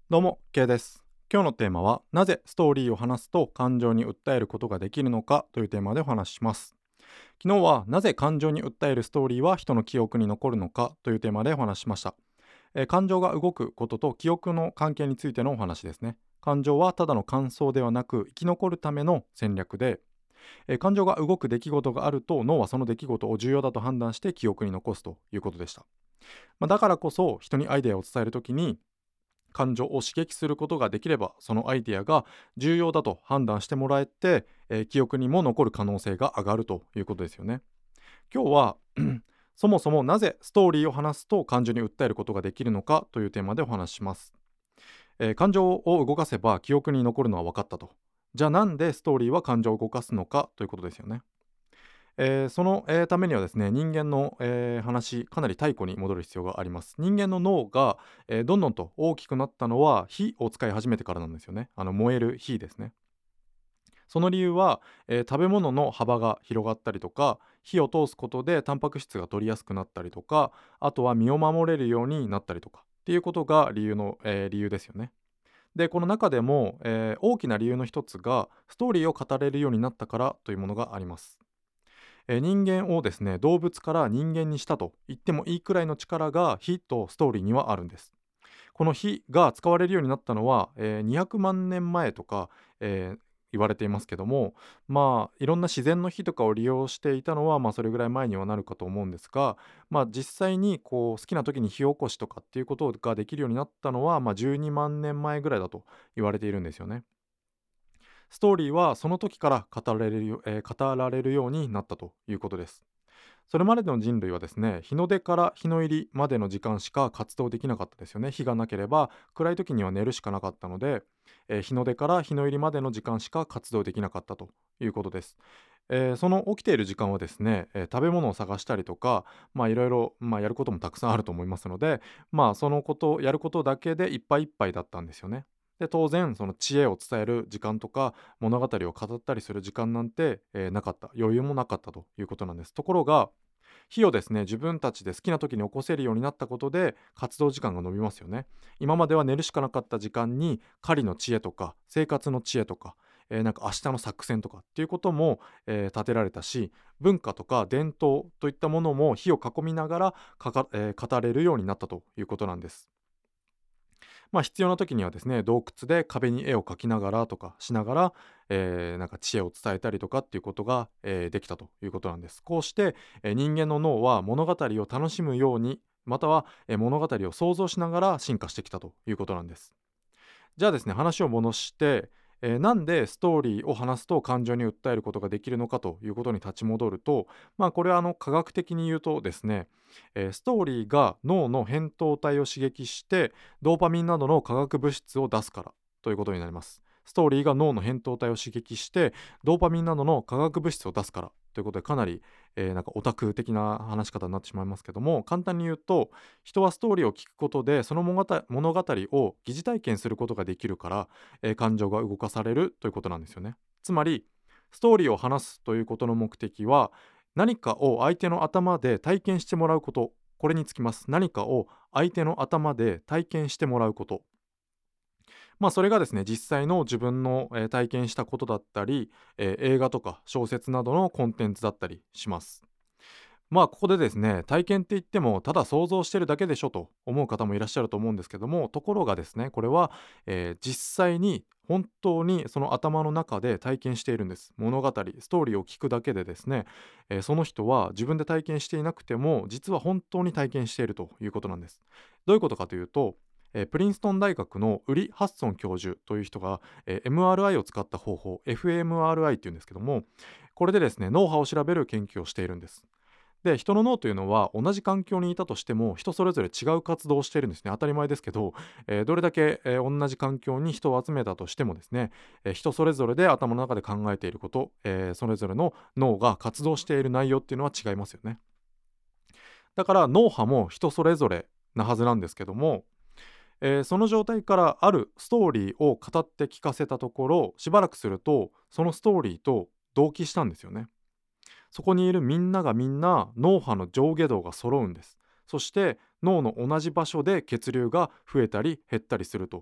どうも、K です。今日のテーマは、なぜストーリーを話すと感情に訴えることができるのかというテーマでお話しします。昨日は、なぜ感情に訴えるストーリーは人の記憶に残るのかというテーマでお話ししました。感情が動くことと記憶の関係についてのお話ですね。感情はただの感想ではなく、生き残るための戦略で、感情が動く出来事があると脳はその出来事を重要だと判断して記憶に残すということでした。だからこそ人にアイデアを伝えるときに感情を刺激することができれば、そのアイデアが重要だと判断してもらえて、記憶にも残る可能性が上がるということですよね。今日はそもそもなぜストーリーを話すと感情に訴えることができるのかというテーマでお話しします。感情を動かせば記憶に残るのは分かったと。じゃあなんでストーリーは感情を動かすのかということですよね。その、ためにはですね、人間の、話、かなり太古に戻る必要があります。人間の脳が、どんどんと大きくなったのは火を使い始めてからなんですよね。燃える火ですね。その理由は、食べ物の幅が広がったりとか、火を通すことでタンパク質が取りやすくなったりとか、あとは身を守れるようになったりとかっていうことが理由ですよね。で、この中でも、大きな理由の一つがストーリーを語れるようになったからというものがあります。人間をですね、動物から人間にしたと言ってもいいくらいの力が火とストーリーにはあるんです。この火が使われるようになったのは、200万年前とか、言われていますけども、いろんな自然の火とかを利用していたのは、それぐらい前にはなるかと思うんですが、実際にこう好きな時に火起こしとかっていうことができるようになったのは、12万年前ぐらいだと言われているんですよね。ストーリーはその時から語られるようになったということです。それまでの人類はですね、日の出から日の入りまでの時間しか活動できなかったですよね。日がなければ暗い時には寝るしかなかったので、日の出から日の入りまでの時間しか活動できなかったということです。その起きている時間はですね、食べ物を探したりとか、いろいろ、やることもたくさんあると思いますので、そのことをやることだけでいっぱいいっぱいだったんですよね。で、当然その知恵を伝える時間とか物語を語ったりする時間なんて、なかった、余裕もなかったということなんです。ところが火をですね、自分たちで好きな時に起こせるようになったことで、活動時間が伸びますよね。今までは寝るしかなかった時間に、狩りの知恵とか、生活の知恵とか、なんか明日の作戦とかっていうことも、立てられたし、文化とか伝統といったものも火を囲みながら語れるようになったということなんです。必要な時にはですね、洞窟で壁に絵を描きながらとかしながら、なんか知恵を伝えたりとかっていうことが、できたということなんです。こうして、人間の脳は物語を楽しむように、または、物語を想像しながら進化してきたということなんです。じゃあですね、話を戻して、なんでストーリーを話すと感情に訴えることができるのかということに立ち戻ると、これは科学的に言うとですね、ストーリーが脳の扁桃体を刺激してドーパミンなどの化学物質を出すからということになります。ストーリーが脳の扁桃体を刺激してドーパミンなどの化学物質を出すからということで、かなり、なんかオタク的な話し方になってしまいますけども、簡単に言うと、人はストーリーを聞くことでその物語を疑似体験することができるから、感情が動かされるということなんですよね。つまりストーリーを話すということの目的は、何かを相手の頭で体験してもらうこと、これにつきます。何かを相手の頭で体験してもらうこと。それがですね、実際の自分の、体験したことだったり、映画とか小説などのコンテンツだったりします。ここでですね、体験って言っても、ただ想像してるだけでしょと思う方もいらっしゃると思うんですけども、ところがですね、これは、実際に本当にその頭の中で体験しているんです。物語、ストーリーを聞くだけでですね、その人は自分で体験していなくても、実は本当に体験しているということなんです。どういうことかというと、プリンストン大学のウリ・ハッソン教授という人が、MRI を使った方法、fMRI っていうんですけども、これでですね、脳波を調べる研究をしているんです。で、人の脳というのは同じ環境にいたとしても人それぞれ違う活動をしているんですね。当たり前ですけど、どれだけ、同じ環境に人を集めたとしてもですね、人それぞれで頭の中で考えていること、それぞれの脳が活動している内容っていうのは違いますよね。だから脳波も人それぞれなはずなんですけども、その状態からあるストーリーを語って聞かせたところ、しばらくするとそのストーリーと同期したんですよね。そこにいるみんながみんな脳波の上下動が揃うんです。そして脳の同じ場所で血流が増えたり減ったりすると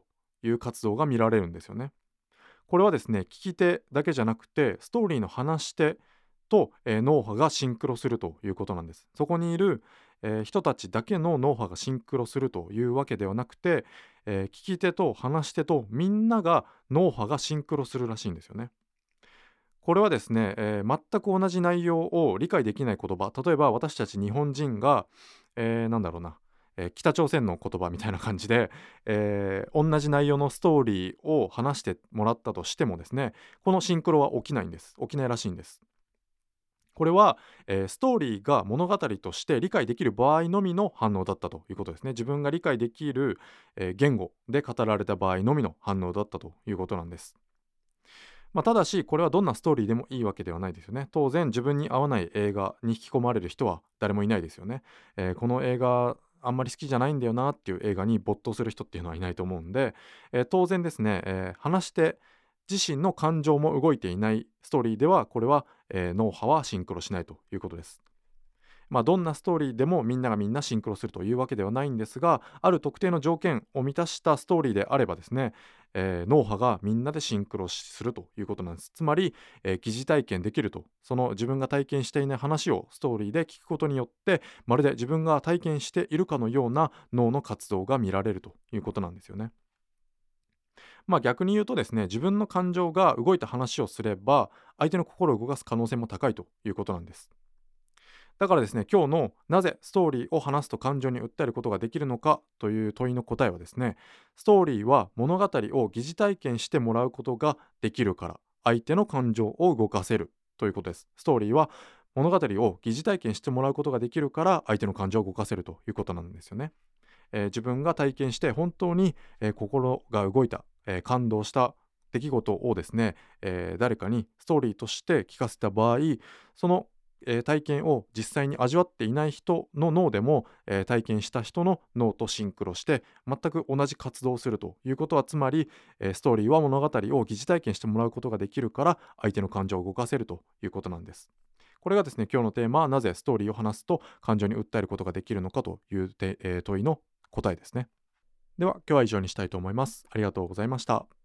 いう活動が見られるんですよね。これはですね、聞き手だけじゃなくて、ストーリーの話し手と、脳波がシンクロするということなんです。そこにいる、人たちだけの脳波がシンクロするというわけではなくて、聞き手と話し手とみんなが脳波がシンクロするらしいんですよね。これはですね、全く同じ内容を理解できない言葉、例えば私たち日本人が、なんだろうな、北朝鮮の言葉みたいな感じで、同じ内容のストーリーを話してもらったとしてもですね、このシンクロは起きないんです。起きないらしいんです。これは、ストーリーが物語として理解できる場合のみの反応だったということですね。自分が理解できる、言語で語られた場合のみの反応だったということなんです。ただし、これはどんなストーリーでもいいわけではないですよね。当然、自分に合わない映画に引き込まれる人は誰もいないですよね。この映画、あんまり好きじゃないんだよなっていう映画に没頭する人っていうのはいないと思うんで、当然ですね、話し手自身の感情も動いていないストーリーでは、これは、脳波はシンクロしないということです。どんなストーリーでもみんながみんなシンクロするというわけではないんですが、ある特定の条件を満たしたストーリーであればですね、脳波がみんなでシンクロするということなんです。つまり、疑似体験できると、その自分が体験していない話をストーリーで聞くことによって、まるで自分が体験しているかのような脳の活動が見られるということなんですよね。逆に言うとですね、自分の感情が動いた話をすれば、相手の心を動かす可能性も高いということなんです。だからですね、今日のなぜストーリーを話すと感情に訴えることができるのかという問いの答えはですね、ストーリーは物語を疑似体験してもらうことができるから、相手の感情を動かせるということです。ストーリーは物語を疑似体験してもらうことができるから、相手の感情を動かせるということなんですよね。自分が体験して本当に、心が動いた、感動した出来事をですね、誰かにストーリーとして聞かせた場合、その、体験を実際に味わっていない人の脳でも、体験した人の脳とシンクロして全く同じ活動をするということは、つまり、ストーリーは物語を疑似体験してもらうことができるから相手の感情を動かせるということなんです。これがですね、今日のテーマはなぜストーリーを話すと感情に訴えることができるのかという問いの答えですね。では、今日は以上にしたいと思います。ありがとうございました。